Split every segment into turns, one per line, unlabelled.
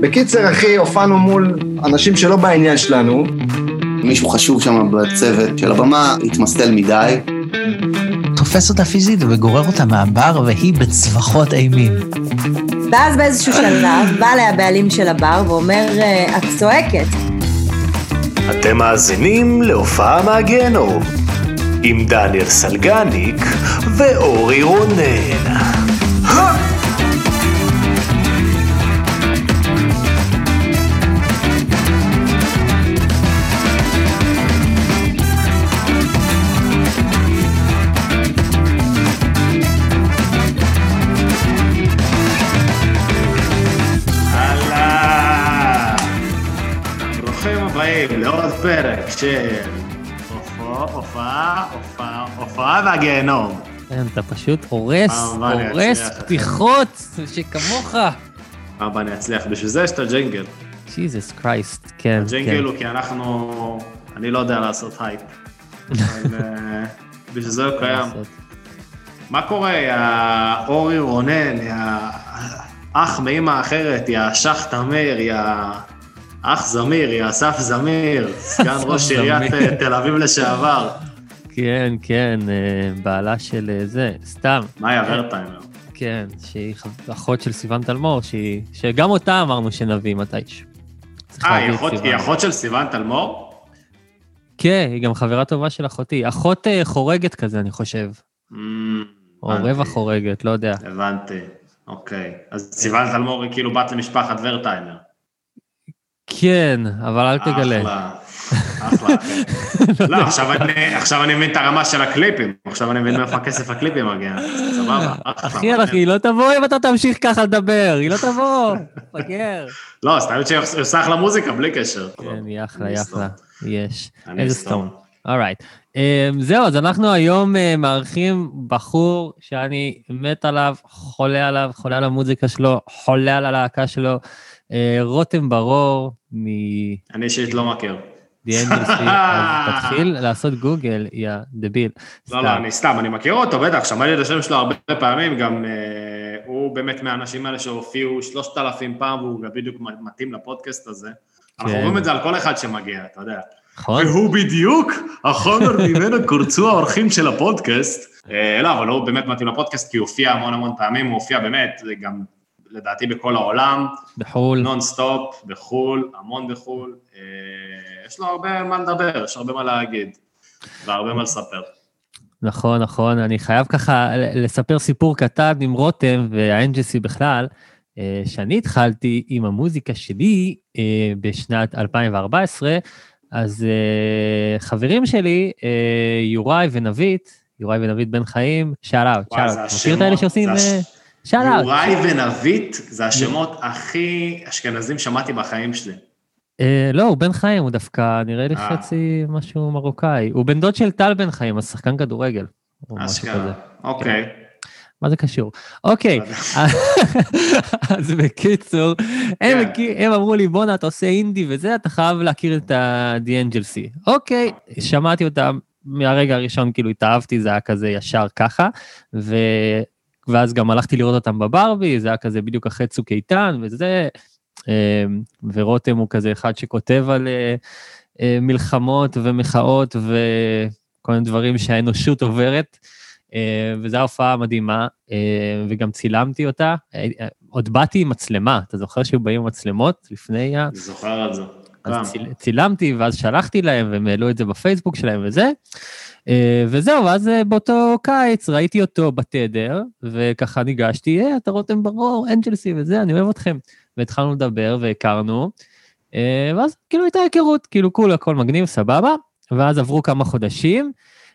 בקיצר, אחי, הופענו מול אנשים שלא בעניין שלנו.
מישהו חשוב שם בצוות של הבמה, התמסטל מדי.
תופס אותה פיזית וגורר אותה מהבר, והיא בצווחות אימים.
ואז באיזשהו שלב, בא לה הבעלים של הבר ואומר, את צועקת.
אתם מאזינים להופעה מהגיהנום, עם דניאל סלגניק ואורי רונן.
לעוד פרק של הופעה והגיהנום.
אתה פשוט הורס פתיחות שכמוך.
אבא, אני אצליח. בשביל זה יש את הג'ינגל.
ג'יזוס קרייסט, כן.
הג'ינגל הוא כי אני לא יודע לעשות הייפ. בשביל זה הוא קיים. מה קורה, יא אורי רונן, יא אח מאמא אחרת, יא שח תמיר, יא אח זמיר, יא אסף זמיר, סגן ראש עיריית תל אביב לשעבר.
כן, כן, בעלה של זה, סתם.
מאיה ורטהיימר.
כן, שהיא אחות של סיוון תלמור, שגם אותה אמרנו שנביא מתישהו.
היא אחות של סיוון תלמור?
כן, היא גם חברה טובה של אחותי. אחות חורגת כזה, אני חושב. או רבע חורגת, לא יודע.
הבנתי, אוקיי. אז סיוון תלמור היא כאילו בת למשפחת ורטהיימר.
כן, אבל אל תגלה.
אחלה. לא, עכשיו אני מבין את הרמה של הקליפים. עכשיו אני מבין מאיפה הכסף הקליפים מגיע. סבבה.
אחי, היא לא תבוא אם אתה תמשיך ככה לדבר. היא לא תבוא. פגר.
לא, סתם שהיא עושה אחלה מוזיקה, בלי קשר.
כן, היא אחלה, היא אחלה. יש. איזה סטון. אורייט. זהו, אז אנחנו היום מארחים בחור שאני מת עליו, חולה על המוזיקה שלו, חולה על הלהקה שלו. רותם ברור
אני אישית לא מכיר.
DNDC, אז תתחיל לעשות גוגל, יא דביל.
לא, אני סתם, אני מכיר אותו, בטח, שמעתי את השם שלו הרבה פעמים, גם הוא באמת מהאנשים האלה שהופיעו 3,000 פעם, והוא גם בדיוק מתאים לפודקאסט הזה. אנחנו רואים את זה על כל אחד שמגיע, אתה יודע. והוא בדיוק החומר ממנו קורצו האורחים של הפודקאסט. לא, אבל הוא באמת מתאים לפודקאסט, כי הוא הופיע המון פעמים, הוא הופיע באמת, גם לדעתי בכל העולם,
בחול,
נון-סטופ, בחול, המון בחול, יש לו הרבה מה לדבר, יש הרבה מה להגיד, והרבה מה לספר.
נכון, נכון, אני חייב ככה לספר סיפור קטן עם רותם והאנג'סי בכלל, שאני התחלתי עם המוזיקה שלי בשנת 2014, אז חברים שלי, יוראי ונבית בן חיים, שאלה, מכיר את האלה שעושים...
יוראי ונבית, זה השמות הכי אשכנזים שמעתי בחיים שלי.
לא, הוא בן חיים, הוא דווקא נראה לי חצי משהו מרוקאי. הוא בן דוד של טל בן חיים, אז שחקן כדורגל.
אשכרה, אוקיי.
מה זה קשור? אוקיי, אז בקיצור, הם אמרו לי, בונה, אתה עושה אינדי וזה, אתה חייב להכיר את ה-DNGLC. אוקיי, שמעתי אותם מהרגע הראשון, כאילו התאהבתי, זה היה כזה ישר ככה, ואז גם הלכתי לראות אותם בברבי, זה היה כזה בדיוק אחרי צוק איתן, וזה, ורותם הוא כזה אחד שכותב על מלחמות ומחאות, וכל מיני דברים שהאנושות עוברת, וזו ההופעה מדהימה, וגם צילמתי אותה, עוד באתי עם מצלמה, אתה זוכר שהיו באים עם מצלמות לפני
אני זוכר על זה.
אז צילמתי, ואז שלחתי להם, והם העלו את זה בפייסבוק שלהם וזה, וזהו, ואז באותו קיץ ראיתי אותו בתדר, וככה ניגשתי, אתה רותם ברור, אנג'לסי וזה, אני אוהב אתכם. והתחלנו לדבר והכרנו, ואז כאילו הייתה היכרות, כאילו הכל מגניב, סבבה, ואז עברו כמה חודשים,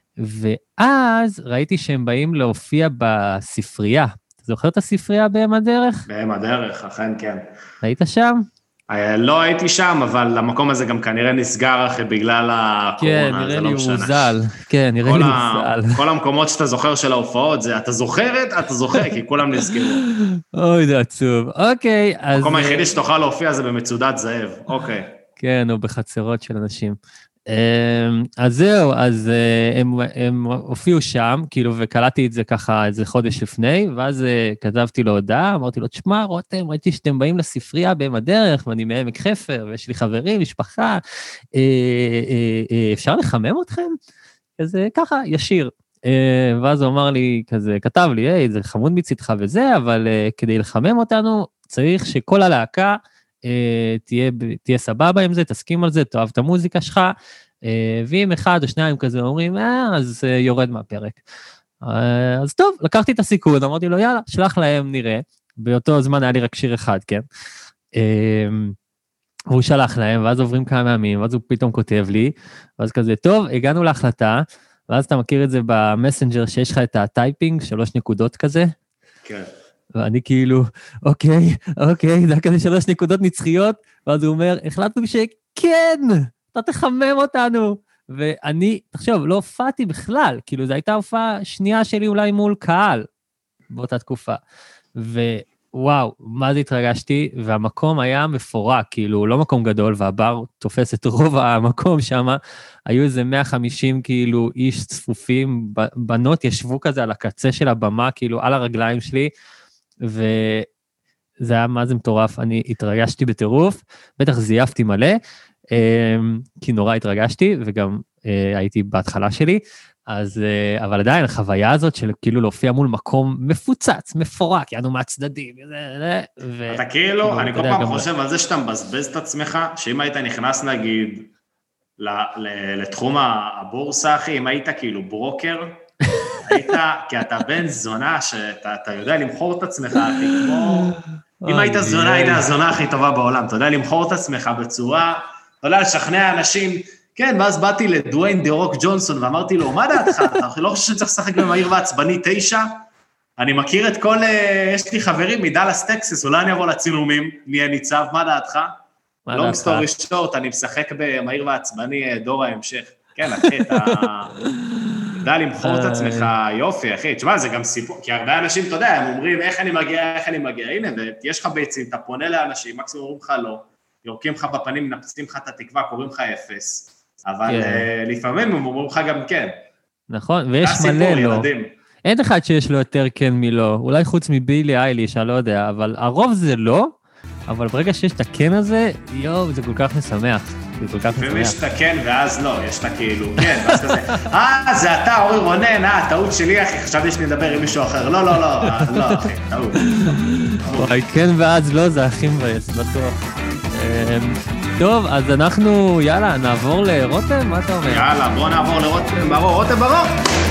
ואז ראיתי שהם באים להופיע בספרייה. אתה זוכר את הספרייה בהם הדרך?
בהם הדרך, אכן כן.
היית שם?
לא הייתי שם, אבל המקום הזה גם כנראה נסגר אחרי בגלל הקורונה,
כן, נראה לי הוא זל. כן, נראה לי הוא זל.
כל המקומות שאתה זוכר של ההופעות, זה אתה זוכרת, אתה זוכר, כי כולם נסגרו.
אוי, זה עצוב. אוקיי, אז...
המקום היחידי שתוכל להופיע זה במצודת זאב, אוקיי.
כן, או בחצרות של אנשים. אז זהו, אז הם הופיעו שם, כאילו, וקלטתי את זה ככה איזה חודש לפני, ואז כתבתי לו הודעה, אמרתי לו, תשמע, רותם, ראיתי שאתם באים לספרייה בהם הדרך, ואני מעמק חפר, ויש לי חברים, משפחה, אפשר לחמם אתכם? כזה ככה, ישיר. ואז הוא אמר לי, כזה, כתב לי, היי, זה חמוד מצדך וזה, אבל כדי לחמם אותנו, צריך שכל הלהקה תהיה סבבה עם זה, תסכים על זה, תאהב את המוזיקה שלך, ואם אחד או שניים כזה אומרים, אז יורד מהפרק. אז טוב, לקחתי את הסיכון, אמרתי לו, יאללה, שלח להם, נראה. באותו זמן היה לי רק שיר אחד, כן? והוא שלח להם, ואז עוברים כמה ימים, ואז הוא פתאום כותב לי, ואז כזה, טוב, הגענו להחלטה, ואז אתה מכיר את זה במסנג'ר שיש לך את הטייפינג, 3 נקודות כזה?
כן.
ואני כאילו, אוקיי, זה היה כזה 3 נקודות נצחיות, ואז הוא אומר, החלטנו שכן, אתה תחמם אותנו. ואני, תחשוב, לא הופעתי בכלל, כאילו זו הייתה הופעה שנייה שלי אולי מול קהל, באותה תקופה. ווואו, מה זה התרגשתי, והמקום היה מפורק, כאילו לא מקום גדול, והבר תופס את רוב המקום שם, היו איזה 150 כאילו איש צפופים, בנות ישבו כזה על הקצה של הבמה, כאילו על הרגליים שלי, וזה היה מה זה מטורף, אני התרגשתי בטירוף, בטח זייפתי מלא, כי נורא התרגשתי, וגם הייתי בהתחלה שלי, אז, אבל עדיין, החוויה הזאת של כאילו להופיע מול מקום מפוצץ, מפורק, יענו מהצדדים,
אתה כאילו, אני כל פעם חושב על זה שאתה מבזבז את עצמך, שאם היית נכנס נגיד לתחום הבורסה, אחי, אם היית כאילו ברוקר, היית, כי אתה בן זונה, שאתה יודע למכור את עצמך, אחי, כמו, אם היית זונה, היית הזונה הכי טובה בעולם, אתה יודע למכור את עצמך בצורה, אתה יודע, לשכנע אנשים, כן, ואז באתי לדוויין דה רוק ג'ונסון, ואמרתי לו, מה דעתך? אתה לא חושב שצריך לשחק במהיר ועצבני 9? אני מכיר את כל, יש לי חברים מדלס טקסס, אולי אני אבוא לצילומים, נהיה ניצב, מה דעתך? לא מסתורי שורט, אני משחק במהיר ועצבני דור ההמשך. כן, אחי, אתה יודע למכור את עצמך, יופי, אחי, תשמע, זה גם סיפור, כי הרבה אנשים, אתה יודע, הם אומרים, איך אני מגיע, הנה, ויש לך ביצים, אתה פונה לאנשים, מקסימום אומרים לך לא, יורקים לך בפנים, נפצים לך את התקווה, קוראים לך 0, אבל לפעמים הם אומרים לך גם כן.
נכון, ויש מלא לא. אין אחד שיש לו יותר כן מלא, אולי חוץ מבילי אייליש, אני לא יודע, אבל הרוב זה לא, אבל ברגע שיש את הכן הזה, יואו, זה כל כך משמח.
ויש את הכן ואז לא, יש את כאילו, כן, ואז כזה, זה אתה, אורי רונן, טעות שלי, אחי, חשבתי שאני אדבר עם מישהו אחר, לא, אחי, טעות.
וואי, כן ואז לא, זה הכי מבאס, בטוח. טוב, אז אנחנו, יאללה, נעבור לרותם, מה אתה אומר?
יאללה, בוא נעבור לרותם, רותם ברור.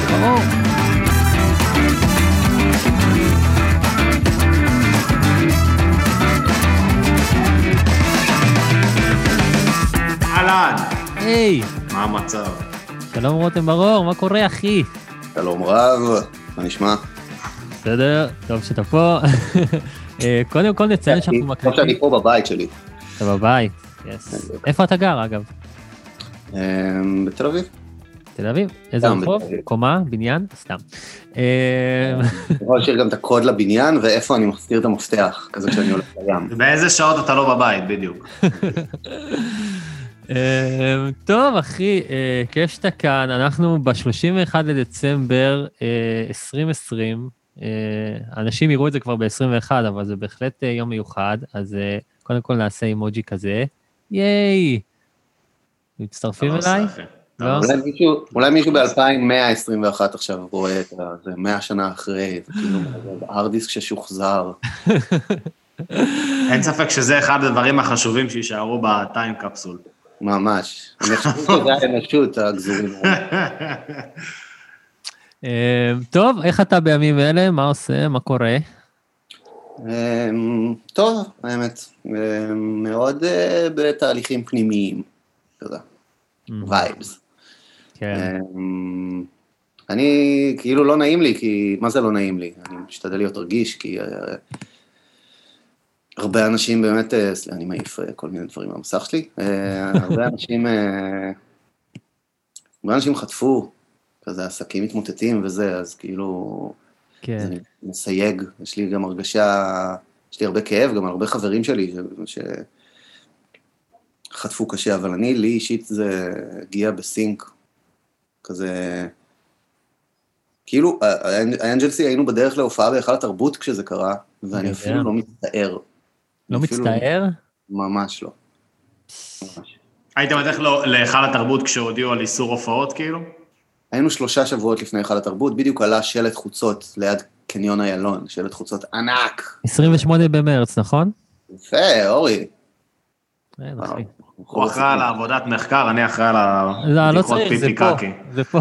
אהלן.
היי.
מה המצב?
שלום רותם ברור, מה קורה אחי?
שלום רב, מה נשמע?
בסדר, טוב שאתה פה. קודם כל נציין שאנחנו מקליטים.
טוב שאני פה בבית שלי.
אתה בבית, יס. איפה אתה גר אגב?
בתל אביב.
תל אביב? איזה רחוב? קומה? בניין? סתם.
אני יכול להשאיר גם את הקוד לבניין, ואיפה אני מסתיר את המפתח, כזה כשאני הולך לים.
באיזה שעות אתה לא בבית, בדיוק.
טוב, אחי, כיף שאתה כאן. אנחנו ב-31 לדצמבר 2020, אנשים יראו את זה כבר ב-21, אבל זה בהחלט יום מיוחד, אז קודם כל נעשה אימוג'י כזה. ייי! מצטרפים אליי?
אולי מישהו ב-2121 עכשיו רואה את זה, 100 שנה אחרי, זה כאילו ארדיסק ששוחזר.
אין ספק שזה אחד הדברים החשובים שישארו בטיים קפסול.
ממש. אני חושב שזה האנושות, הגזורים.
טוב, איך אתה בימים אלה? מה עושה? מה קורה?
טוב, האמת. מאוד בתהליכים פנימיים. תודה. וייבס.
כן.
אני, כאילו לא נעים לי, כי, מה זה לא נעים לי? אני משתדל להיות רגיש, כי הרבה אנשים באמת, אני מעיף כל מיני דברים מהמסך שלי, הרבה אנשים חטפו, כזה עסקים מתמוטטים וזה, אז כאילו, זה מסייג, יש לי גם הרגשה, יש לי הרבה כאב, גם הרבה חברים שלי, חטפו קשה, אבל לי אישית זה הגיע בסינק, כזה, כאילו, האנג'לסי היינו בדרך להופעה בהיכל התרבות כשזה קרה, ואני אפילו לא מצטער.
לא מצטער?
ממש לא.
היית בדרך להיכל התרבות כשהודיעו על איסור הופעות, כאילו?
היינו 3 שבועות לפני היכל התרבות, בדיוק עלה שלט חוצות ליד קניון איילון, שלט חוצות ענק.
28 במרץ, נכון?
יפה, אורי.
הוא אחראי על העבודת מחקר, אני אחראי על
הבדיחות פיפי קקי. זה פה.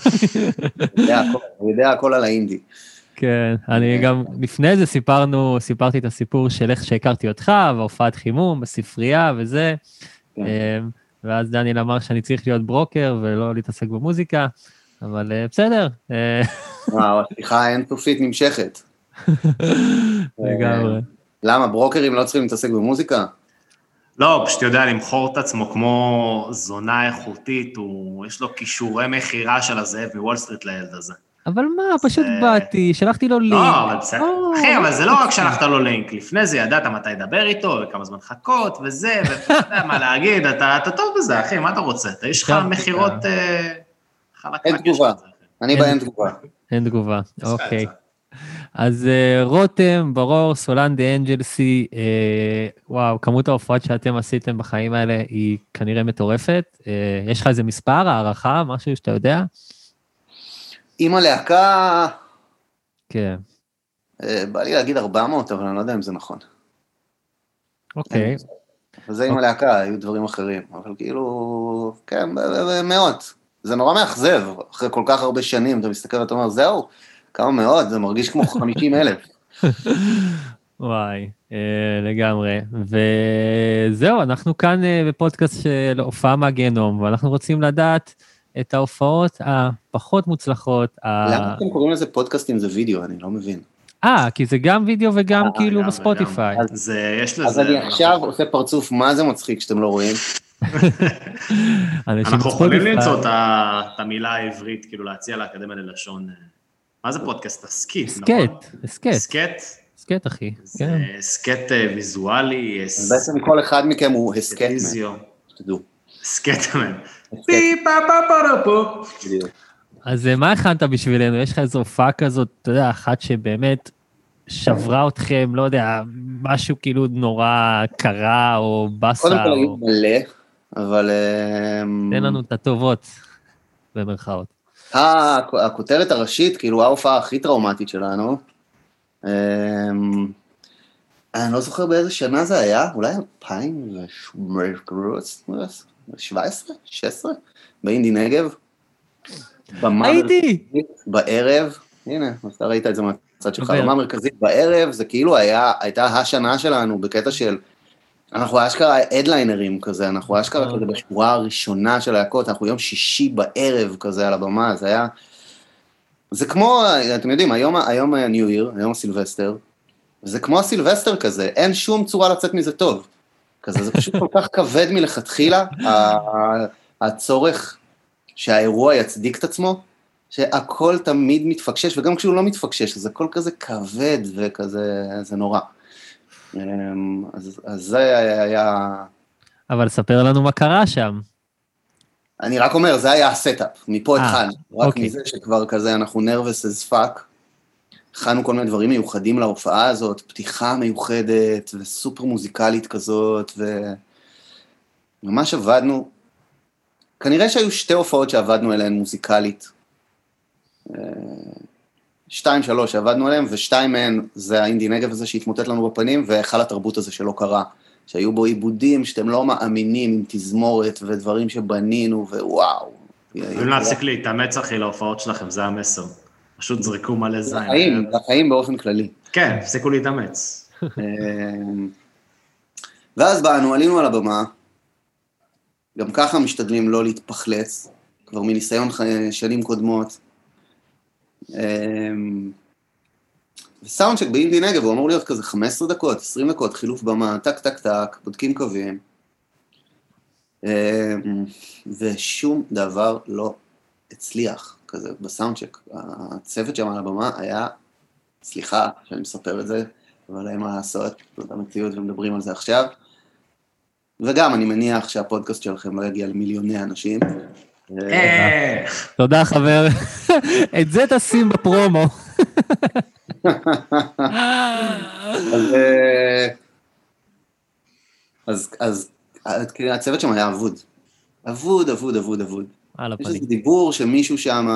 הוא יודע הכל על האינדי.
כן, אני גם לפני זה סיפרתי את הסיפור של איך שהכרתי אותך, והופעת חימום בספרייה וזה, ואז דניאל אמר שאני צריך להיות ברוקר ולא להתעסק במוזיקה, אבל בסדר.
וואו, השיחה האינסופית נמשכת.
לגמרי.
למה, ברוקרים לא צריכים להתעסק במוזיקה?
לא, פשוט יודע למכור את עצמו כמו זונה איכותית, יש לו כישורי מחירה של הזאב מוול סטריט לילד הזה.
אבל מה, פשוט באתי, שלחתי לו לינק.
לא, אבל בסדר. אחי, אבל זה לא רק שלחת לו לינק, לפני זה ידעת מתי לדבר איתו, וכמה זמן חכות, וזה, ואתה יודע מה להגיד, אתה טוב בזה, אחי, מה אתה רוצה? יש לך מחירות חלק.
אין תגובה, אני באין תגובה.
אין תגובה, אוקיי. אז רותם, ברור, סולן דה אנג'לסי, וואו, כמות ההופעות שאתם עשיתם בחיים האלה היא כנראה מטורפת. יש לך איזה מספר, הערכה, משהו שאתה יודע?
עם הלהקה...
כן.
בא לי להגיד 400, אבל אני לא יודע אם זה נכון.
אוקיי.
וזה עם הלהקה, היו דברים אחרים, אבל כאילו, כן, מאות. זה נורא מאכזב, אחרי כל כך הרבה שנים, אתה מסתכל ואתה אומר, זהו, כמה מאות, זה מרגיש כמו 50,000.
וואי, לגמרי. וזהו, אנחנו כאן בפודקאסט של הופעה מהגיהנום, ואנחנו רוצים לדעת את ההופעות הפחות מוצלחות.
למה אתם קוראים לזה פודקאסט אם זה וידאו? אני לא מבין.
כי זה גם וידאו וגם כאילו בספוטיפיי.
אז אני עכשיו עושה פרצוף, מה זה מצחיק שאתם לא רואים?
אנחנו יכולים למצוא את המילה העברית, כאילו להציע לאקדמיה ללשון. מה זה פודקאסט? הסקט, נכון?
הסקט, אחי.
זה הסקט ויזואלי.
בעצם כל אחד מכם הוא הסקט. שתדעו.
הסקטמן. פי פה פה פה פה.
אז מה הכנת בשבילנו? יש לך איזו הופעה כזאת, אתה יודע, אחת שבאמת שברה אתכם, לא יודע, משהו כאילו נורא קרה או בסה.
קודם כל היו מלא, אבל...
תן לנו את הטובות, במרכאות.
הכותרת הראשית, כאילו ההופעה הכי טראומטית שלנו, אני לא זוכר באיזה שנה זה היה, אולי 2017, 16, באינדי נגב.
הייתי!
בערב, הנה, אתה ראית את זה מהצד שלך, במה מרכזית בערב, זה כאילו הייתה השנה שלנו בקטע של, אנחנו אשכרה הדליינרים כזה, אנחנו אשכרה כזה בשבועה הראשונה של להקות, אנחנו יום שישי בערב כזה על הבמה, זה היה, זה כמו, אתם יודעים, היום ניו ייר, היום הסילבסטר, זה כמו הסילבסטר כזה, אין שום צורה לצאת מזה טוב, כזה, זה פשוט כל כך כבד מלכתחילה, הצורך שהאירוע יצדיק את עצמו, שהכל תמיד מתפקשש, וגם כשהוא לא מתפקשש, אז הכל כזה כבד וכזה, זה נורא. אז זה היה... אבל
ספר לנו מה קרה שם.
אני רק אומר, זה היה הסטאפ, מפה התחלנו, רק מזה שכבר כזה אנחנו נרבס as fuck, הכנו כל מיני דברים מיוחדים להופעה הזאת, פתיחה מיוחדת וסופר מוזיקלית כזאת, וממש עבדנו, כנראה שהיו 2 הופעות שעבדנו אליהן מוזיקלית, 2, 3 שעבדנו עליהן, ו2 מהן זה האינדי נגב הזה שהתמוטט לנו בפנים, והיכל התרבות הזה שלא קרה, שהיו בו עיבודים שאתם לא מאמינים עם תזמורת ודברים שבנינו, ווואו.
אם להפסיק להתאמץ אחי להופעות שלכם, זה המסר. פשוט זריקו מלא זין.
לחיים באופן כללי.
כן, הפסיקו להתאמץ.
ואז באנו, עלינו על הבמה, גם ככה משתדלים לא להתפחלץ, כבר מניסיון שנים קודמות. וסאונדשק באינדי נגב, הוא אמור להיות כזה 15 דקות, 20 דקות, חילוף במה, טק טק טק, בודקים קווים. ושום דבר לא הצליח כזה בסאונדשק. הצוות שם על הבמה היה, סליחה שאני מספר את זה, אבל אין מה לעשות, זאת המציאות ומדברים על זה עכשיו. וגם אני מניח שהפודקאסט שלכם לא יגיע למיליוני אנשים.
תודה חבר, את זה תשים בפרומו.
אז הצוות שם היה אבוד. אבוד. יש איזה דיבור שמישהו שם,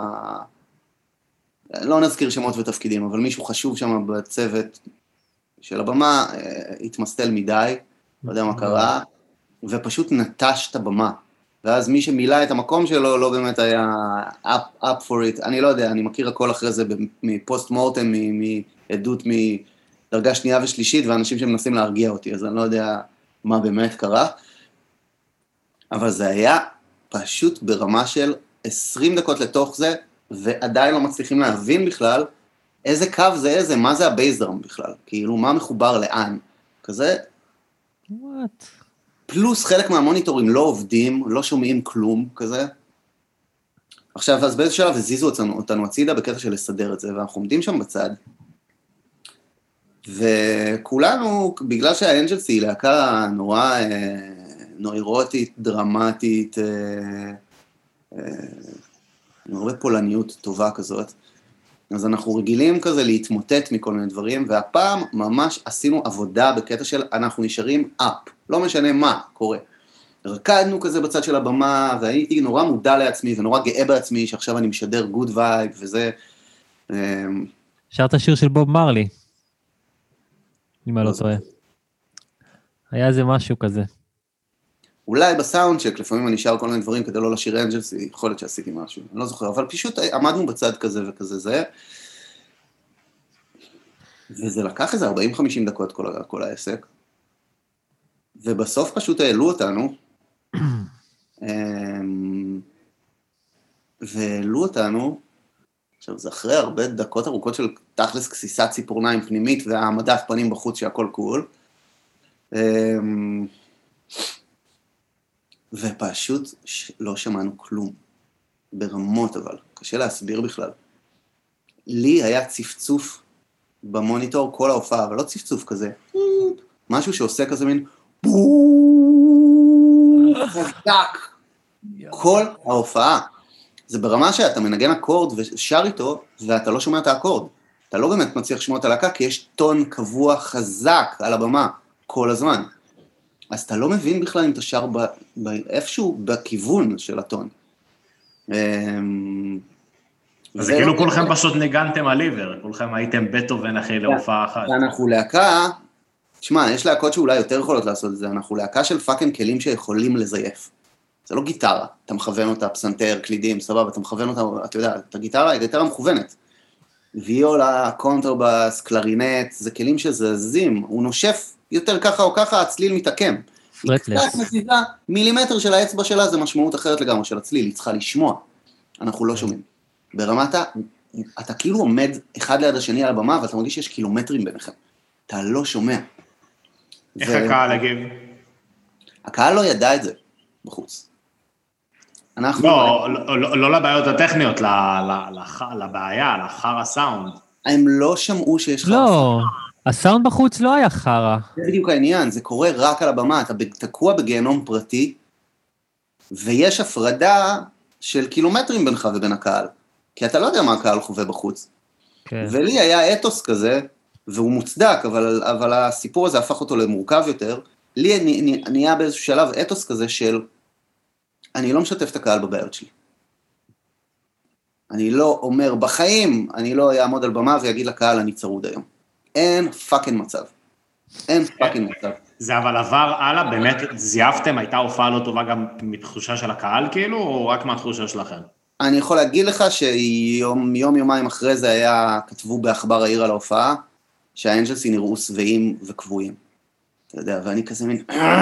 לא נזכיר שמות ותפקידים, אבל מישהו חשוב שם בצוות של הבמה, התמסטל מדי, לא יודע מה קרה, ופשוט נטש את הבמה. ואז מי שמילא את המקום שלו לא באמת היה up for it. אני לא יודע, אני מכיר הכל אחרי זה מפוסט מורטם, מעדות מדרגה שנייה ושלישית, ואנשים שמנסים להרגיע אותי, אז אני לא יודע מה באמת קרה. אבל זה היה פשוט ברמה של 20 דקות לתוך זה, ועדיין לא מצליחים להבין בכלל איזה קו זה איזה, מה זה הבייסדרם בכלל, כאילו מה מחובר לאן, כזה.
What?
פלוס חלק מהמוניטורים לא עובדים, לא שומעים כלום, כזה. עכשיו, אז באיזה שלב הזיזו אותנו הצידה בקטע של לסדר את זה, ואנחנו עומדים שם בצד, וכולנו, בגלל שהאנג'לס היא להקה נורא נוירוטית, דרמטית, הרבה פולניות טובה כזאת, אז אנחנו רגילים כזה להתמוטט מכל מיני דברים, והפעם ממש עשינו עבודה בקטע של אנחנו נשארים אפ, לא משנה מה קורה. רקדנו כזה בצד של הבמה, והייתי נורא מודע לעצמי, ונורא גאה בעצמי, שעכשיו אני משדר גוד וייב, וזה...
שרת השיר של בוב מרלי, אם אני לא טועה. היה איזה משהו כזה.
אולי בסאונדשק, לפעמים אני שר כל מיני דברים כדי לא לשיר אנג'לס, יכול להיות שעשיתי משהו, אני לא זוכר, אבל פשוט עמדנו בצד כזה וכזה זה, וזה לקח איזה 40-50 דקות כל העסק, ובסוף פשוט העלו אותנו, והעלו אותנו, עכשיו זה אחרי הרבה דקות ארוכות של תכלס כסיסת ציפורניים פנימית, והעמדת פנים בחוץ שהכל קול, ופשוט לא שמענו כלום, ברמות אבל, קשה להסביר בכלל. לי היה צפצוף במוניטור כל ההופעה, אבל לא צפצוף כזה, משהו שעושה כזה מין חזק, כל ההופעה. זה ברמה שאתה מנגן אקורד ושר איתו, ואתה לא שומע את האקורד. אתה לא באמת מצליח לשמוע את הלהקה, כי יש טון קבוע חזק על הבמה כל הזמן. אז אתה לא מבין בכלל אם אתה שר איפשהו בכיוון של הטון.
אז זה כאילו כולכם פשוט ניגנתם על עיוור, כולכם הייתם בטהובן אחרי להופעה אחת.
אנחנו להקה, תשמע, יש להקות שאולי יותר יכולות לעשות את זה, אנחנו להקה של פאקינג כלים שיכולים לזייף. זה לא גיטרה, אתה מכוון אותה, פסנתר, קלידים, סבבה, אתה מכוון אותה, אתה יודע, את הגיטרה היא גיטרה מכוונת. ויולה, קונטרבס, קלרינט, זה כלים שזזים, הוא נושף יותר ככה או ככה, הצליל מתעקם. היא קצת מזיזה, מילימטר של האצבע שלה, זה משמעות אחרת לגמרי של הצליל, היא צריכה לשמוע. אנחנו לא שומעים. ברמת, אתה כאילו עומד אחד ליד השני על הבמה, ואתה מרגיש שיש קילומטרים ביניכם. אתה לא שומע.
איך הקהל הגיב?
הקהל לא ידע את זה בחוץ.
לא לבעיות הטכניות, לבעיה, לחר הסאונד.
הם לא שמעו שיש חר.
לא, הסאונד בחוץ לא היה חרה.
זה בדיוק העניין, זה קורה רק על הבמה, אתה תקוע בגיהנום פרטי, ויש הפרדה של קילומטרים בינך ובין הקהל, כי אתה לא יודע מה הקהל חווה בחוץ. ולי היה אתוס כזה, והוא מוצדק, אבל הסיפור הזה הפך אותו למורכב יותר, לי נהיה באיזשהו שלב אתוס כזה של, אני לא משתף את הקהל בבעיות שלי. אני לא אומר בחיים, אני לא אעמוד על במה ויגיד לקהל, אני צרוד היום. אין פאקינג מצב. אין פאקינג מצב.
זה אבל עבר הלאה, באמת זייפתם, הייתה הופעה לא טובה גם מתחושה של הקהל כאילו, או רק מהתחושה שלכם?
אני יכול להגיד לך יומיים אחרי זה היה, כתבו באחבר העיר על ההופעה, שהאנג'לסים נראו שבעים וקבועים. אתה יודע, ואני כזה מין...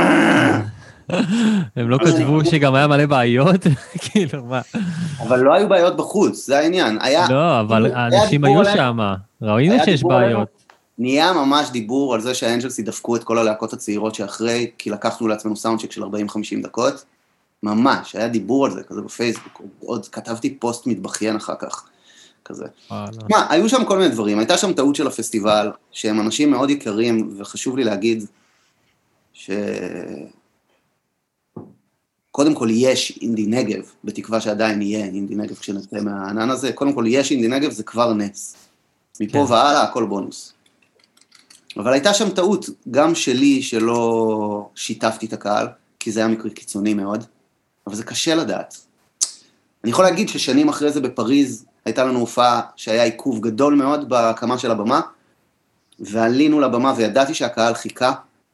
הם לא כתבו שגם היה מלא בעיות? כאילו, מה?
אבל לא היו בעיות בחוץ, זה העניין.
לא, אבל האנשים היו שם, ראינו שיש בעיות.
נהיה ממש דיבור על זה שהאנג'לס ידפקו את כל הלהקות הצעירות שאחרי, כי לקחנו לעצמנו סאונדשק של 40-50 דקות, ממש, היה דיבור על זה, כזה בפייסבוק, עוד כתבתי פוסט מתבכיין אחר כך, כזה. מה, היו שם כל מיני דברים, הייתה שם טעות של הפסטיבל, שהם אנשים מאוד יקרים, וחשוב לי להגיד קודם כל יש אינדי נגב, בתקווה שעדיין יהיה אינדי נגב כשנצא מהענן הזה, קודם כל יש אינדי נגב, זה כבר נס. מפה והלאה, הכל בונוס. אבל הייתה שם טעות, גם שלי שלא שיתפתי את הקהל, כי זה היה מקרה קיצוני מאוד, אבל זה קשה לדעת. אני יכול להגיד ששנים אחרי זה בפריז, הייתה לנו הופעה שהיה עיכוב גדול מאוד בהקמה של הבמה, ועלינו לבמה וידעתי שהקהל חיכה,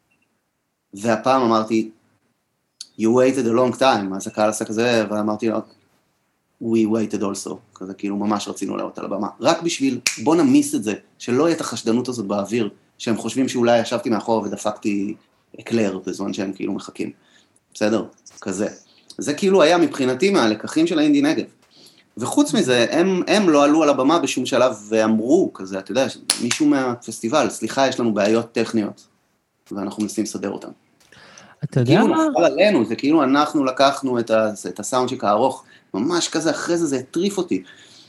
והפעם אמרתי, you waited a long time, אז הקהל עשה כזה, ואמרתי לו, we waited also, כזה כאילו ממש רצינו לעלות על הבמה, רק בשביל, בוא נמיס את זה, שלא יהיה את החשדנות הזאת באוויר, שהם חושבים שאולי ישבתי מאחור ודפקתי אקלר, בזמן שהם כאילו מחכים, בסדר? כזה. זה כאילו היה מבחינתי מהלקחים של האינדי נגב. וחוץ מזה, הם לא עלו על הבמה בשום שלב ואמרו כזה, אתה יודע, מישהו מהפסטיבל, סליחה, יש לנו בעיות טכניות, ואנחנו מנסים לסדר אותן.
אתה יודע מה?
כאילו נפל עלינו, זה כאילו אנחנו לקחנו את הסאונדשיק הארוך, ממש כזה, אחרי זה הטריף אותי.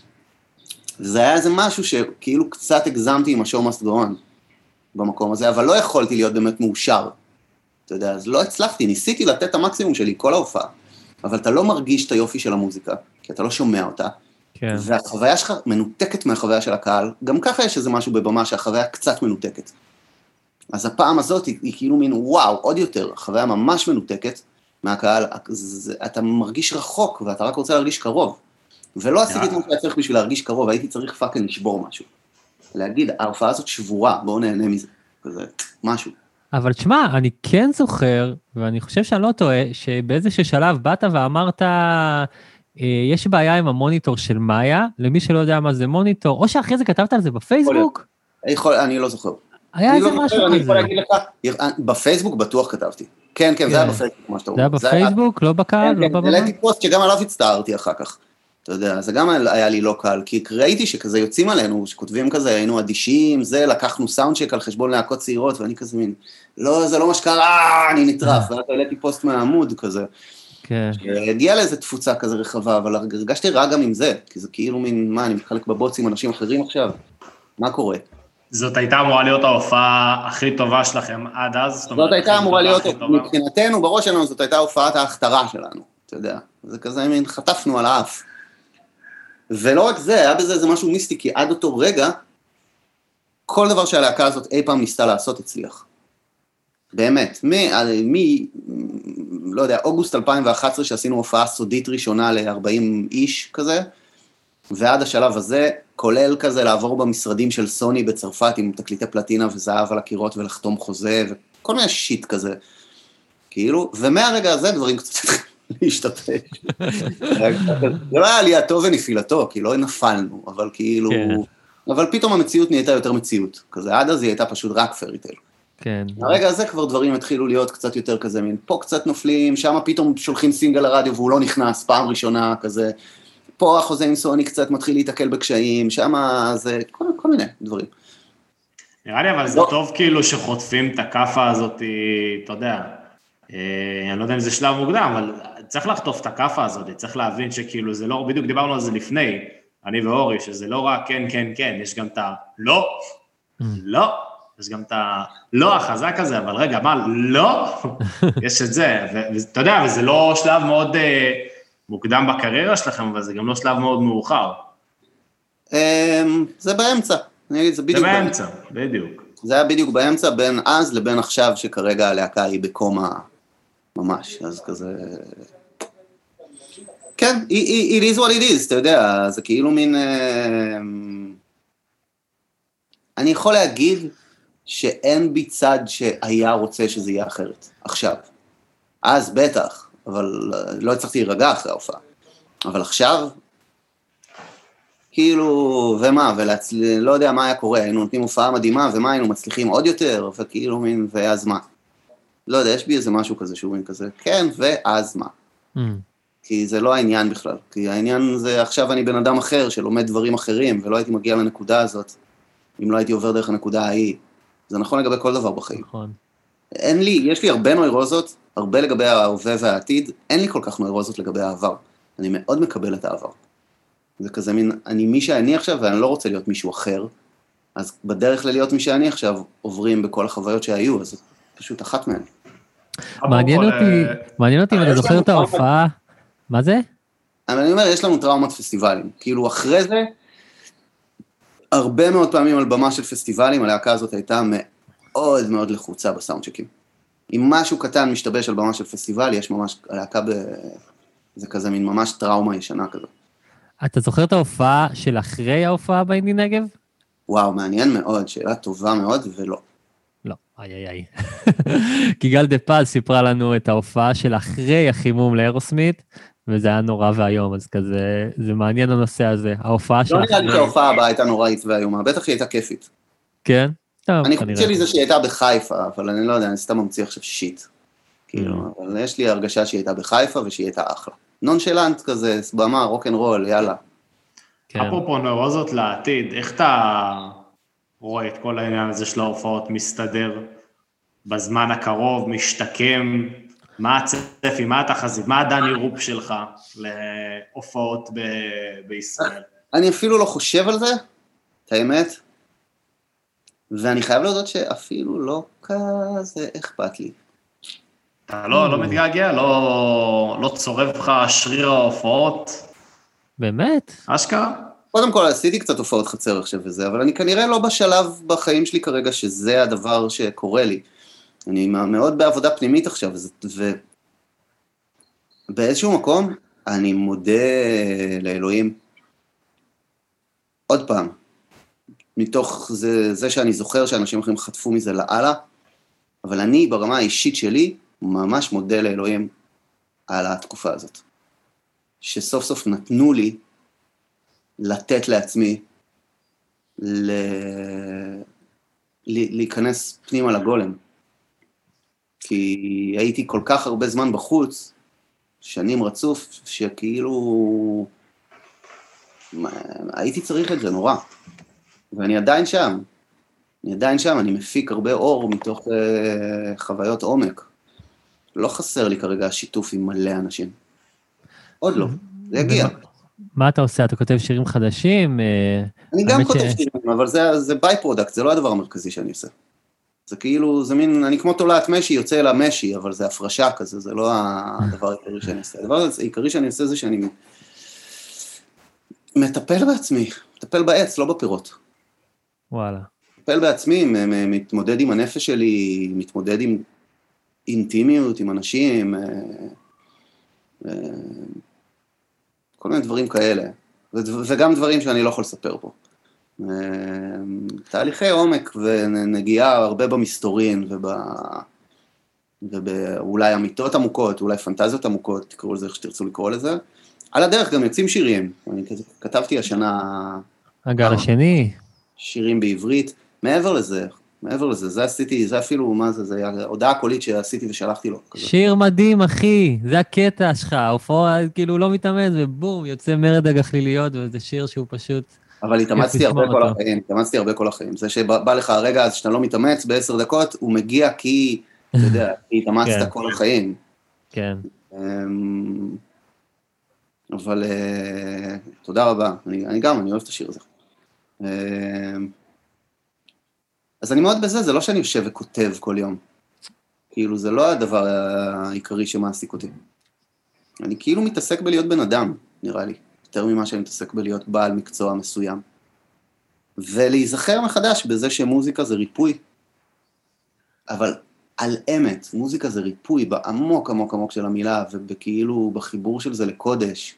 זה היה איזה משהו שכאילו קצת הגזמתי עם השואו מאסט גו און במקום הזה, אבל לא יכולתי להיות באמת מאושר. אתה יודע, אז לא הצלחתי, ניסיתי לתת את המקסימום שלי, כל ההופעה, אבל אתה לא מרגיש את היופי של המוזיקה, כי אתה לא שומע אותה, כן. והחוויה שלך מנותקת מהחוויה של הקהל, גם ככה יש איזה משהו בבמה שהחוויה קצת מנותקת. אז הפעם הזאת היא כאילו מין וואו, עוד יותר, החוויה ממש מנותקת מהקהל, אתה מרגיש רחוק, ואתה רק רוצה להרגיש קרוב. ולא עשיתי את מה שהיה צריך בשביל להרגיש קרוב, הייתי צריך פאקינג לשבור משהו. להגיד, ההופעה הזאת שבורה, בואו נהנה מזה, כזה, משהו.
אבל תשמע, אני כן זוכר, ואני חושב שאני לא טועה, שבאיזשהו שלב באת ואמרת, יש בעיה עם המוניטור של מאיה, למי שלא יודע מה זה מוניטור, או שאחרי זה כתבת על זה בפייסבוק?
אני לא זוכר.
היה איזה משהו כזה.
אני יכול להגיד לך, בפייסבוק בטוח כתבתי. כן, זה היה בפייסבוק, מה שאתה אומר.
זה היה בפייסבוק, לא בקהל, לא בבמה?
העליתי פוסט שגם עליו הצטערתי אחר כך. אתה יודע, זה גם היה לי לא קל, כי ראיתי שכזה יוצאים עלינו, שכותבים כזה, היינו אדישים, זה, לקחנו סאונדשק על חשבון להקות צעירות, ואני כזה מין, לא, זה לא מה שקרה, אני נטרף, ואז העליתי פוסט מהעמוד כזה. כן. הגיע לאיזו תפוצה כזה רחבה, אבל הרגשתי רע גם עם זה, כי זה כאילו מין, מה, אני מתחלק בבוץ עם אנשים אחרים עכשיו? מה קורה?
זאת הייתה אמורה להיות ההופעה הכי טובה שלכם עד אז?
זאת הייתה אמורה להיות, מבחינתנו, בראש שלנו, זאת הייתה הופעת ההכתרה שלנו, אתה יודע. זה כזה מין, חטפנו על האף. ולא רק זה, היה בזה איזה משהו מיסטי, כי עד אותו רגע, כל דבר שהלהקה הזאת אי פעם ניסתה לעשות הצליח. באמת, לא יודע, אוגוסט 2011, שעשינו הופעה סודית ראשונה ל-40 איש כזה, ועד השלב הזה, כולל כזה לעבור במשרדים של סוני בצרפת, עם תקליטי פלטינה וזהב על הקירות ולחתום חוזה, וכל מיני שיט כזה. כאילו, ומהרגע הזה דברים קצת להשתתף. זה לא היה עלייתו ונפילתו, כי לא נפלנו, אבל כאילו, אבל פתאום המציאות נהייתה יותר מציאות. כזה, עד אז היא הייתה פשוט רק פריטל. כן. הרגע הזה כבר דברים התחילו להיות קצת יותר כזה, מין פה קצת נופלים, שם פתאום שולחים סינגל לרדיו והוא לא נכנס פעם ראשונה כזה, פה החוזה עם סוני קצת מתחיל להתעכל בקשיים, שם זה כל מיני דברים.
נראה לי אבל זה טוב כאילו שחוטפים את הכאפה הזאת, אתה יודע, אני לא יודע אם זה שלב מוקדם, אבל צריך לחטוף את הכאפה הזאת, צריך להבין שכאילו זה לא, בדיוק דיברנו על זה לפני, אני ואורי, שזה לא רק כן, כן, כן, יש גם את הלא, לא, יש גם את הלא החזק הזה, אבל רגע, מה, לא? יש את זה, ואתה יודע, וזה לא שלב מאוד מוקדם בקריירה שלכם, אבל זה גם לא שלב מאוד מאוחר.
זה באמצע, אני אגיד, זה בדיוק
באמצע, בדיוק.
זה היה בדיוק באמצע בין אז לבין עכשיו, שכרגע הלהקה היא בקומה ממש, אז כזה... כן, it is what it is, אתה יודע, זה כאילו מין... אני יכול להגיד שאין בי צד שהיה רוצה שזה יהיה אחרת, עכשיו. אז בטח, אבל לא הצלחתי להירגע אחרי ההופעה. אבל עכשיו, כאילו, ומה, לא יודע מה היה קורה, היינו נותנים הופעה מדהימה, ומה היינו מצליחים עוד יותר, וכאילו מין, ואז מה. לא יודע, יש בי איזה משהו כזה, שהוא מין כזה, כן, ואז מה. כי זה לא העניין בכלל, כי העניין זה, עכשיו אני בן אדם אחר, שלומד דברים אחרים, ולא הייתי מגיע לנקודה הזאת, אם לא הייתי עובר דרך הנקודה ההיא. זה נכון לגבי כל דבר בחיים. נכון. יש לי הרבה נוירוזות, הרבה לגבי ההווה והעתיד, אין לי כל כך נוירוזות לגבי העבר. אני מאוד מקבל את העבר. זה כזה מין, אני מי שאני עכשיו, ואני לא רוצה להיות מישהו אחר, אז בדרך ללהיות מי שאני עכשיו, עוברים בכל החוויות שהיו, אז זה פשוט אחת מהן.
מעניין אותי אם אתה זוכר את ההופעה. מה זה?
אני אומר, יש לנו טראומת פסטיבלים. כאילו, אחרי זה, הרבה מאוד פעמים על במה של פסטיבלים, הלהקה הזאת הייתה מאוד מאוד לחוצה בסאונדשקים. אם משהו קטן משתבש על במה של פסטיבל, יש ממש, הלהקה זה כזה מין ממש טראומה ישנה כזו. אתה
זוכר את ההופעה של אחרי ההופעה באינדי נגב?
וואו, מעניין מאוד, שאלה טובה מאוד, ולא.
לא, איי. כי גל דה פז סיפרה לנו את ההופעה של אחרי החימום לאירוסמית, וזה היה נורא והיום, אז כזה, זה מעניין הנושא הזה, ההופעה של...
לא נראה לי שההופעה הבאה הייתה נוראית והיומה, בטח היא הייתה כיפית.
כן?
אני חושב שלי זה שהיא הייתה בחיפה, אבל אני לא יודע, אני סתם ממציא עכשיו שיט. כאילו, אבל יש לי הרגשה שהיא הייתה בחיפה ושהיא הייתה אחלה. נונשלנט כזה, במה, רוק'נ'רול, יאללה.
אפרופו נורוזות לעתיד, איך אתה רואה את כל העניין הזה של ההופעות מסתדר בזמן הקרוב, משתקם, מה הצפי, מה התחזית, מה הדני רופ שלך להופעות בישראל?
אני אפילו לא חושב על זה, את האמת, ואני חייב להודות שאפילו לא כזה אכפת לי.
אתה לא מתגעגע? לא צורב לך שריר ההופעות?
באמת?
אשכרה?
קודם כל, עשיתי קצת הופעות חצר עכשיו וזה, אבל אני כנראה לא בשלב בחיים שלי כרגע שזה הדבר שקורה לי. אני מאוד בעבודה פנימית עכשיו, ובאיזשהו מקום אני מודה לאלוהים. עוד פעם, מתוך זה שאני זוכר שאנשים אחרים חטפו מזה לעלה, אבל אני ברמה האישית שלי ממש מודה לאלוהים על התקופה הזאת. שסוף סוף נתנו לי לתת לעצמי להיכנס פנימה לגולם. כי הייתי כל כך הרבה זמן בחוץ, שנים רצוף, שכאילו הייתי צריך את זה נורא. ואני עדיין שם. אני מפיק הרבה אור מתוך חוויות עומק. לא חסר לי כרגע שיתוף עם מלא אנשים. עוד לא, זה יגיע.
מה אתה עושה? אתה כותב שירים חדשים?
אני גם כותב שירים, אבל זה ביי פרודקט, זה לא הדבר המרכזי שאני עושה. זה כאילו, זה מין, אני כמו תולעת משי, יוצא אל המשי, אבל זה הפרשה כזה, זה לא הדבר העיקרי שאני עושה. הדבר העיקרי שאני עושה זה שאני מטפל בעצמי, מטפל בעץ, לא בפירות.
וואלה.
מטפל בעצמי, מתמודד עם הנפש שלי, מתמודד עם אינטימיות, עם אנשים, כל מיני דברים כאלה, וגם דברים שאני לא יכול לספר פה. תהליכי עומק ונגיעה הרבה במסתורין, ואולי אמיתות עמוקות, אולי פנטזיות עמוקות, תקראו לזה איך שתרצו לקרוא לזה. על הדרך גם יוצאים שירים, אני כתבתי השנה...
הגל השני.
שירים בעברית, מעבר לזה, זה עשיתי, זה אפילו, מה זה, זה היה הודעה קולית שעשיתי ושלחתי לו.
שיר מדהים, אחי, זה הקטע שלך, ההופעה כאילו לא מתאמץ, ובום, יוצא מרד הגחליליות, וזה שיר שהוא פשוט...
אבל התאמצתי הרבה כל החיים, זה שבא לך הרגע אז שאתה לא מתאמץ ב10 דקות, הוא מגיע כי, אתה יודע, התאמצת כל החיים.
כן.
אבל תודה רבה, אני אוהב את השיר הזה. אז אני מאוד בזה, זה לא שאני יושב וכותב כל יום. כאילו, זה לא הדבר העיקרי שמעסיק אותי. אני כאילו מתעסק בלהיות בן אדם, נראה לי. יותר ממה שאני מתעסק בלהיות בעל מקצוע מסוים. ולהיזכר מחדש בזה שמוזיקה זה ריפוי. אבל על אמת, מוזיקה זה ריפוי בעמוק עמוק עמוק של המילה, ובכאילו בחיבור של זה לקודש.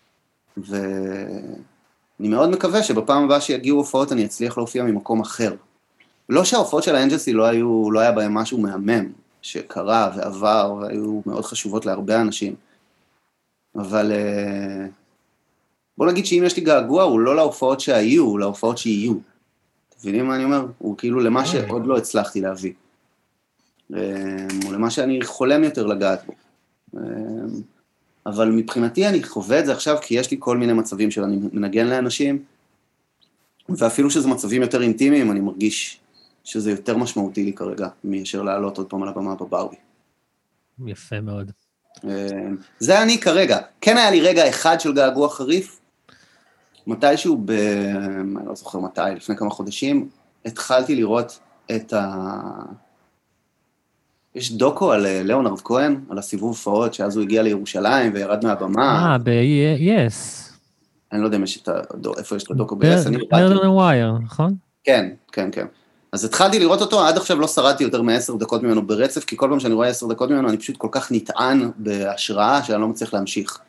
ואני מאוד מקווה שבפעם הבאה שיגיעו הופעות אני אצליח להופיע ממקום אחר. לא שההופעות של האנג'לסי לא היה בהם משהו מהמם, שקרה ועבר, והיו מאוד חשובות להרבה אנשים. אבל בוא נגיד שאם יש לי געגוע, הוא לא להופעות שהיו, הוא להופעות שיהיו. תבינים מה אני אומר? הוא כאילו למה שעוד לא הצלחתי להביא. או למה שאני חולם יותר לגעת בו. אבל מבחינתי אני חווה את זה עכשיו, כי יש לי כל מיני מצבים שאני מנגן לאנשים, ואפילו שזה מצבים יותר אינטימיים, אני מרגיש שזה יותר משמעותי לי כרגע, מאשר לעלות עוד פעם על הבמה בברבי.
יפה מאוד.
זה אני כרגע. כן היה לי רגע אחד של געגוע חריף, מתישהו אני לא זוכר מתי, לפני כמה חודשים, התחלתי לראות יש דוקו על ליאונרד כהן, על הסיבוב הופעות, שאז הוא הגיע לירושלים וירד מהבמה.
ב-yes.
אני לא יודע איפה יש את הדוקו ב-yes.
Murder and Wire, נכון?
כן. אז התחלתי לראות אותו, עד עכשיו לא שרדתי יותר מ10 דקות ממנו ברצף, כי כל פעם שאני רואה 10 דקות ממנו, אני פשוט כל כך נטען בהשראה, שאני לא מצליח להמשיך.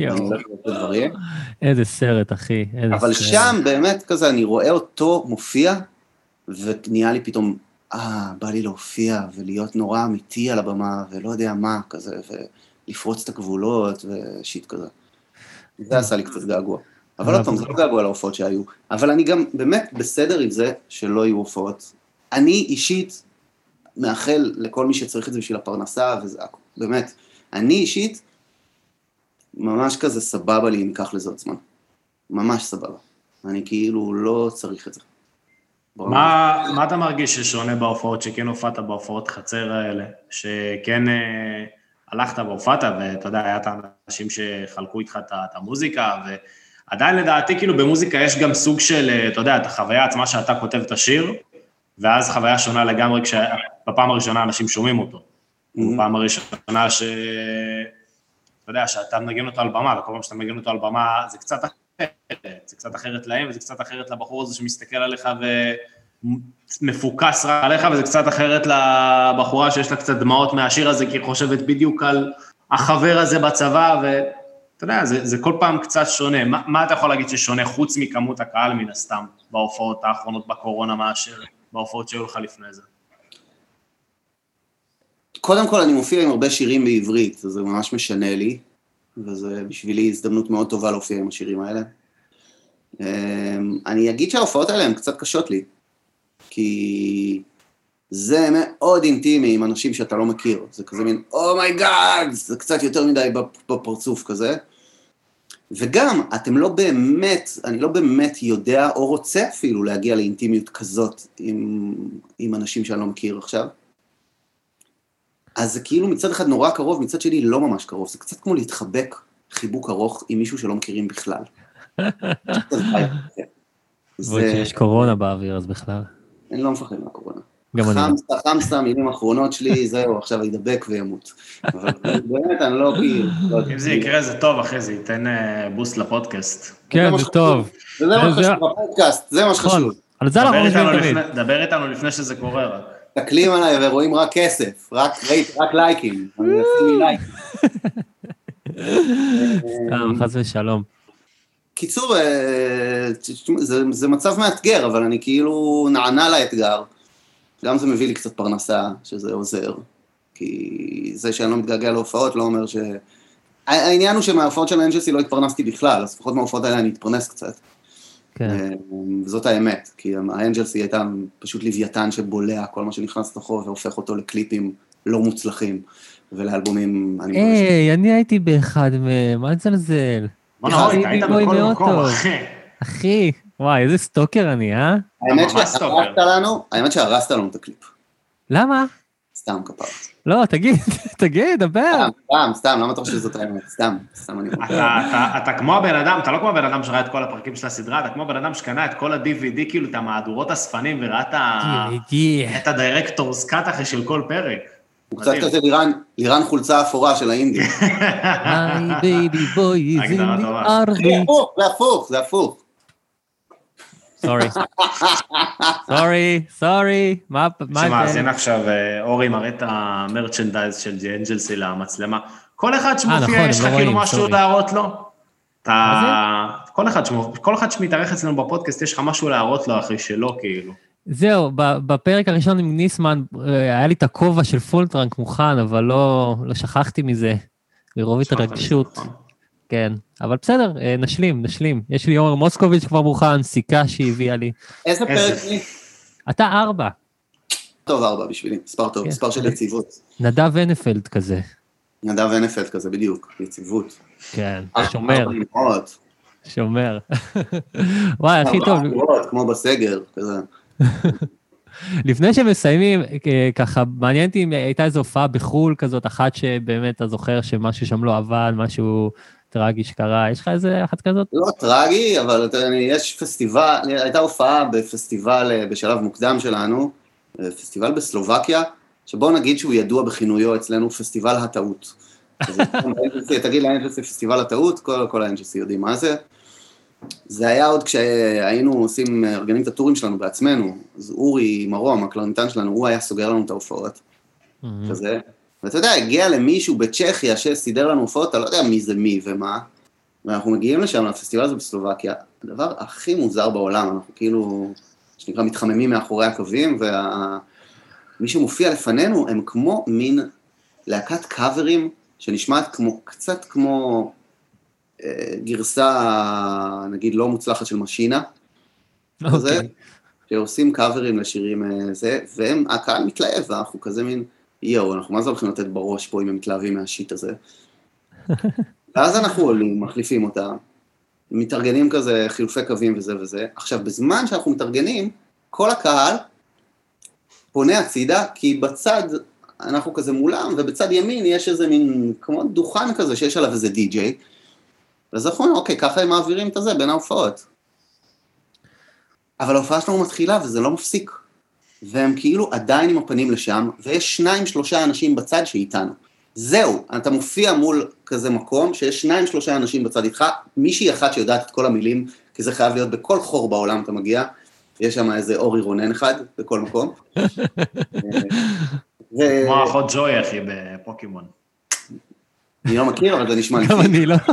איזה סרט, אחי.
אבל שם באמת כזה, אני רואה אותו מופיע, ונהיה לי פתאום, בא לי להופיע, ולהיות נורא אמיתי על הבמה, ולא יודע מה, כזה, ולפרוץ את הגבולות, ושיט כזה. זה עשה לי קצת געגוע. אבל עוד פעם, זה לא געגוע להופעות שהיו. אבל אני גם באמת בסדר עם זה שלא יהיו הופעות. אני אישית מאחל לכל מי שצריך את זה בשביל הפרנסה, וזה באמת, אני אישית ממש כזה סבבה לי אם ייקח לזה עוד זמן. ממש סבבה. אני כאילו לא צריך את זה.
מה אתה מרגיש ששונה בהופעות, שכן הופעת בהופעות חצר האלה, שכן הלכת והופעת, ואתה יודע, היה את האנשים שחלקו איתך את המוזיקה, ועדיין לדעתי כאילו במוזיקה יש גם סוג של, אתה יודע, את החוויה עצמה שאתה כותב את השיר, ואז חוויה שונה לגמרי כשבפעם הראשונה אנשים שומעים אותו. בפעם הראשונה אתה יודע, שאתה מנגן אותו על במה, וכל פעם שאתה מנגן אותו על במה, זה קצת אחרת, זה קצת אחרת להם, וזה קצת אחרת לבחור הזה שמסתכל עליך ומפוקס רע עליך, וזה קצת אחרת לבחורה שיש לה קצת דמעות מהשיר הזה, כי היא חושבת בדיוק על החבר הזה בצבא, ואתה יודע, זה כל פעם קצת שונה. מה אתה יכול להגיד ששונה חוץ מכמות הקהל מן הסתם, בהופעות האחרונות בקורונה, מאשר בהופעות שהיו לך לפני זה?
קודם כל אני מופיע עם הרבה שירים בעברית, אז זה ממש משנה לי, וזה בשבילי הזדמנות מאוד טובה להופיע עם השירים האלה. אני אגיד שההופעות האלה הן קצת קשות לי, כי זה מאוד אינטימי עם אנשים שאתה לא מכיר, זה כזה מין, אומייגאד, זה קצת יותר מדי בפרצוף כזה, וגם אתם לא באמת, אני לא באמת יודע או רוצה אפילו להגיע לאינטימיות כזאת עם אנשים שאני לא מכיר עכשיו, אז זה כאילו מצד אחד נורא קרוב, מצד שני לא ממש קרוב, זה קצת כמו להתחבק חיבוק ארוך עם מישהו שלא מכירים בכלל.
ועוד שיש קורונה באוויר, אז בכלל.
אני לא מפחד מהקורונה.
גם אני.
חמסה, מילים האחרונות שלי, זהו, עכשיו ידבק וימות. אבל באמת, אני לא כאילו...
אם זה יקרה, זה טוב, אחרי זה ייתן בוסט לפודקאסט.
כן, זה טוב.
זה מה שחשוב בפודקאסט, זה מה שחשוב.
על זה אנחנו חושבים תמיד.
דבר איתנו לפני שזה קורה רק.
תקלים עליי ורואים רק כסף, רק לייקים. אני אשים לי לייקים.
חס ושלום.
קיצור, זה מצב מאתגר, אבל אני כאילו נענה לאתגר. גם זה מביא לי קצת פרנסה, שזה עוזר. כי זה שאני לא מתגעגע להופעות לא אומר ש... העניין הוא שמההופעות של האנג'לסי לא התפרנסתי בכלל, אז לפחות מההופעות האלה אני אתפרנס קצת. וזאת האמת, כי האנג'לסי הייתה פשוט לוויתן שבולע כל מה שנכנס לתוכו והופך אותו לקליפים לא מוצלחים ולאלבומים...
היי, אני הייתי באחד מהם, מה לזלזל?
היית בכל מקום, אחי.
אחי, וואי, איזה סטוקר אני, אה?
האמת שהרסת לנו את הקליפ.
למה?
סתם כפר.
לא, תגיד, דבר.
סתם, למה אתה חושב שזאת האמת? סתם אני אומר.
אתה כמו הבן אדם, אתה לא כמו הבן אדם שראה את כל הפרקים של הסדרה, אתה כמו הבן אדם שקנה את כל ה-DVD, כאילו את המהדורות הספנים, וראה את הדירקטורס קאט אחרי של כל פרק.
הוא קצת כזה לירן חולצה אפורה של האינדי.
היי בייבי בוי,
זה הפוך.
סורי. מה
שמאזין עכשיו, אורי מראה את המרצ'נדייז של ג'י אנג'לסי למצלמה. כל אחד שמופיע, יש לך כאילו משהו להראות לו. כל אחד שמתארח אצלנו בפודקאסט, יש לך משהו להראות לו אחרי שלו, כאילו.
זהו, בפרק הראשון עם ניסמן, היה לי את הכובע של פולטרנק מוכן, אבל לא שכחתי מזה, לרוב את הרגשות. כן, אבל בסדר, נשלים. יש לי עומר מוסקוביץ' כבר מוכן, סיכה שהביאה לי.
איזה פרק לי?
אתה 4.
טוב, 4 בשבילי, מספר טוב, מספר של יציבות.
נדב ונפלד כזה.
נדב ונפלד כזה, בדיוק, יציבות.
כן, שומר. וואי, הכי טוב.
כמו בסגר, כזה.
לפני שמסיימים, ככה, מעניין אותי אם הייתה איזו הופעה בחול כזאת, אחת שבאמת אתה זוכר שמשהו שם לא עבד, משהו טרגי שקרה, יש לך איזה אחת כזאת?
לא טרגי, אבל יש פסטיבל, הייתה הופעה בפסטיבל בשלב מוקדם שלנו, פסטיבל בסלובקיה, שבוא נגיד שהוא ידוע בכינויו אצלנו פסטיבל הטעות. תגיד לאנג'לסי פסטיבל הטעות, כל האנג'לסי יודעים מה זה. זה היה עוד כשהיינו עושים, ארגנים את הטורים שלנו בעצמנו, אז אורי מרום, הקלרניטן שלנו, הוא היה סוגר לנו את ההופעות, כזה. ואתה יודע, הגיע למישהו בצ'כיה שסידר לנו הופעות, אתה לא יודע מי זה מי ומה, ואנחנו מגיעים לשם, לפסטיבל הזה בסלובקיה, הדבר הכי מוזר בעולם, אנחנו כאילו, שנקרא, מתחממים מאחורי הקווים, ומי שמופיע לפנינו, הם כמו מין להקת קאברים, שנשמעת קצת כמו גרסה, נגיד, לא מוצלחת של משינה, כזה, שעושים קאברים לשירים זה, והם, הקהל מתלהב, ואנחנו כזה מין, אנחנו מה זה הולכים לתת בראש פה אם הם מתלהבים מהשיט הזה? ואז אנחנו עולים, מחליפים אותה, מתארגנים כזה חילופי קווים וזה וזה. עכשיו, בזמן שאנחנו מתארגנים, כל הקהל פונה הצידה, כי בצד, אנחנו כזה מולם, ובצד ימין יש איזה מין, כמו דוכן כזה, שיש עליו איזה די-ג'יי, אז אנחנו אומרים, אוקיי, ככה הם מעבירים את זה בין ההופעות. אבל ההופעה שלנו מתחילה, וזה לא מפסיק. והם כאילו עדיין עם הפנים לשם, ויש 2-3 אנשים בצד שאיתנו. זהו, אתה מופיע מול כזה מקום, שיש 2-3 אנשים בצד איתך, מישהי אחת שיודעת את כל המילים, כי זה חייב להיות בכל חור בעולם אתה מגיע, יש שם איזה אורי רונן אחד, בכל מקום.
כמו אחות ג'וי, אחי, בפוקימון.
אני לא מכיר, אבל זה נשמע לי.
גם אני לא.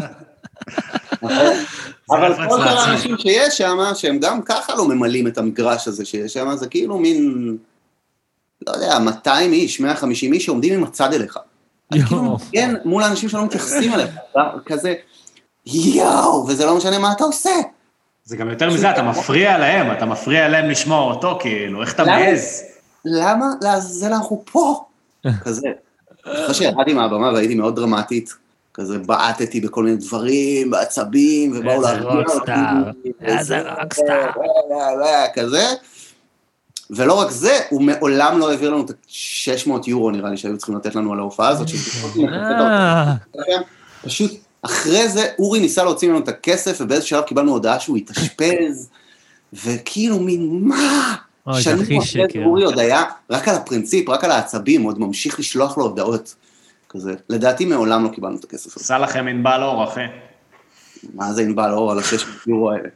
אבל כל האנשים שיש שם, שהם גם ככה לא ממלאים את המגרש הזה שיש שם, זה כאילו מין, לא יודע, 200 איש, 150 איש שעומדים עם הצד אליך. כאילו, כן, מול האנשים שלא מתייחסים אליך, כזה, יאו, וזה לא משנה מה אתה עושה.
זה גם יותר מזה, אתה מפריע להם לשמוע אותו, כאילו, איך אתה מעז?
למה? זה אנחנו פה. כזה. אחרי שירדתי מהבמה והייתי מאוד דרמטית, כזה בעטתי בכל מיני דברים, בעצבים, ובאו להרגיע אותי.
איזה רוקסטאר.
כזה. ולא רק זה, הוא מעולם לא העביר לנו את 600 יורו, נראה לי, שהיו צריכים לתת לנו על ההופעה הזאת, פשוט, אחרי זה, אורי ניסה להוציא לנו את הכסף, ובאיזה שלב קיבלנו הודעה שהוא התאשפז, וכאילו מין, מה? שנים אחרי זה, אורי עוד היה, רק על הפרינציפ, רק על העצבים, עוד ממשיך לשלוח לו הודעות, כזה. לדעתי מעולם לא קיבלנו את הכסף.
עשה לכם ענבל אור, אחי.
מה זה ענבל אור על ה-600 יורו האלה?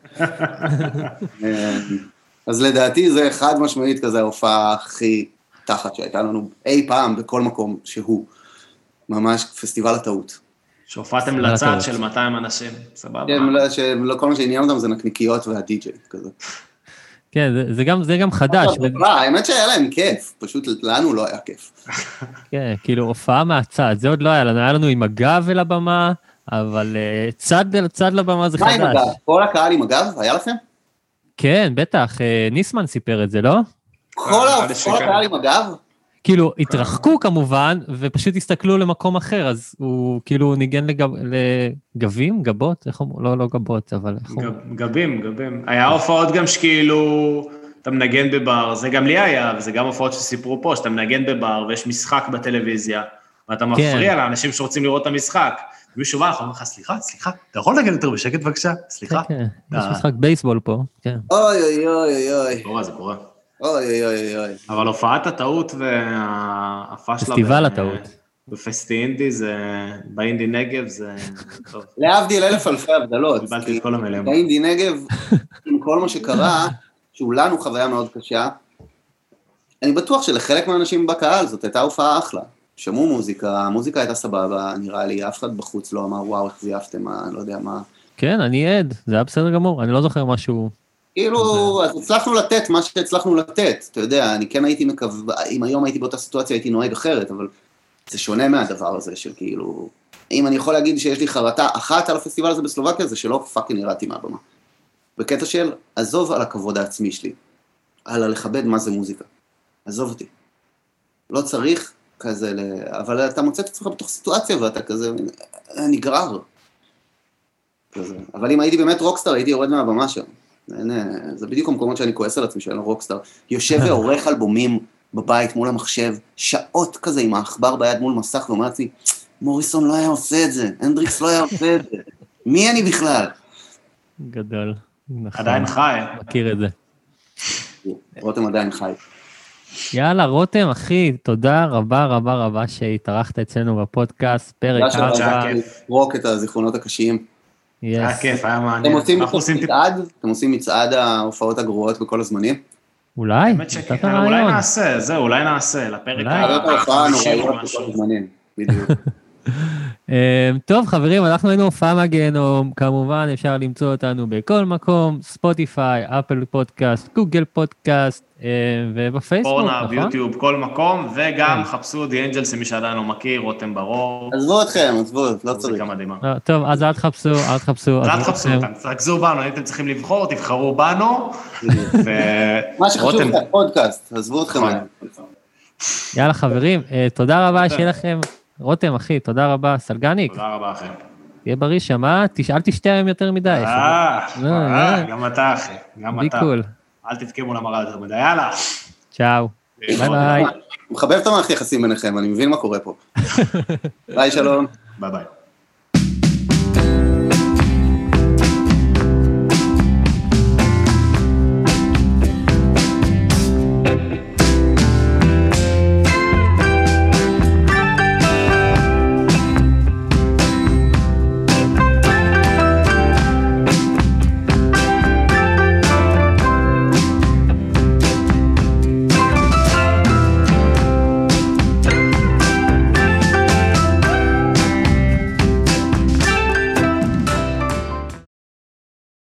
אז לדעתי זה חד משמעית כזה ההופעה הכי תחת שהייתה לנו אי פעם בכל מקום שהוא. ממש פסטיבל הטעות.
שהופעתם לצד של 200 אנשים, סבבה?
כן, כל מה שעניין אותם זה נקניקיות והדי-ג'יי כזה.
כן, זה גם חדש.
האמת שהיה להם כיף, פשוט לנו לא היה כיף.
כן, כאילו הופעה מהצד, זה עוד לא היה לנו, היה לנו עם הגב אל הבמה, אבל צד לבמה זה חדש.
מה עם הגב? כל הקהל עם הגב, היה לכם?
כן, בטח, ניסמן סיפר את זה, לא?
כל הקהל עם הגב?
כאילו, התרחקו כמובן, ופשוט הסתכלו למקום אחר, אז הוא כאילו ניגן לגבים, גבות? איך אומרים? לא גבות, אבל...
גבים. היה הופעות גם שכאילו, אתה מנגן בבר, זה גם לי היה, וזה גם הופעות שסיפרו פה, שאתה מנגן בבר, ויש משחק בטלוויזיה, ואתה מפריע לאנשים שרוצים לראות את המשחק. מישהו בא, אנחנו אומרים לך, סליחה, אתה יכול לנגן יותר בשקט בבקשה? סליחה.
כן, יש משחק בייסבול פה, כן.
אוי.
זה קורה.
אוי.
אבל הופעת הטעות והפשלה...
פסטיבל הטעות.
בפסטי אינדי זה... באינדי נגב זה...
להבדיל 1000 אלפי הבדלות.
קיבלתי את כל המילים.
באינדי נגב, עם כל מה שקרה, שהוא לנו חוויה מאוד קשה, אני בטוח שלחלק מהאנשים בקהל זאת הייתה הופעה אחלה. שמעו מוזיקה, המוזיקה הייתה סבבה, נראה לי, אף אחד בחוץ לא אמר, וואו, איך זייפתם, אני לא יודע מה.
כן, אני עד, זה היה בסדר גמור, אני לא זוכר משהו...
כאילו, אז הצלחנו לתת מה שהצלחנו לתת, אתה יודע, אני כן הייתי מקווה, אם היום הייתי באותה סיטואציה הייתי נוהג אחרת, אבל זה שונה מהדבר הזה של כאילו, אם אני יכול להגיד שיש לי חרטה אחת על הפסטיבל הזה בסלובקיה, זה שלא פאקינג נראיתי מהבמה. בקטע של, עזוב על הכבוד העצמי שלי, על לכבד מה זה מוזיקה, עזוב אותי. לא צריך כזה, אבל אתה מוצא את עצמך בתוך סיטואציה ואתה כזה נגרר. כזה. אבל אם הייתי באמת רוקסטאר, הייתי יורד מהבמה שם. זה בדיוק המקומות שאני כועס על עצמי, שאני לא רוקסטאר. יושב ועורך אלבומים בבית מול המחשב, שעות כזה עם העכבר ביד מול מסך, ואומר לעצמי, מוריסון לא היה עושה את זה, הנדריקס לא היה עושה את זה. מי אני בכלל?
גדול.
עדיין חי.
מכיר את זה.
רותם עדיין חי.
יאללה, רותם, אחי, תודה רבה רבה רבה שהתארחת אצלנו בפודקאסט, פרק 4.
רוק את הזיכרונות הקשים.
היה כיף, היה מעניין.
אתם עושים מצעד ההופעות הגרועות בכל הזמנים?
אולי,
אולי נעשה, זהו, אולי נעשה, לפרק
ההופעה נוראיות בכל הזמנים, בדיוק.
טוב, חברים, אנחנו היינו הופעה מהגיהנום, כמובן אפשר למצוא אותנו בכל מקום, ספוטיפיי, אפל פודקאסט, גוגל פודקאסט, ובפייסבוק, נכון?
פורנהאב, ביוטיוב, כל מקום, וגם חפשו די אנג'לס, מי שעדיין לא מכיר, רותם ברור.
עזבו אתכם, לא צריך.
טוב, אז אל תחפשו.
אל תחפשו אותם, תרכזו בנו, הייתם צריכים לבחור, תבחרו בנו.
מה שחשוב זה הפודקאסט, עזבו אתכם.
יאללה, חברים, תודה רבה, שיהיה לכם. רותם, אחי, תודה רבה. סלגניק.
תודה רבה, אחי.
תהיה בריא שמה, אל תשתה היום יותר מדי.
גם אתה, אחי. גם אתה.
ביקול.
אל תבכה מול המראה יותר מדי. יאללה.
צ'או. ביי ביי.
מחבב את המערכת יחסים ביניכם, אני מבין מה קורה פה. ביי, שלום.
ביי ביי.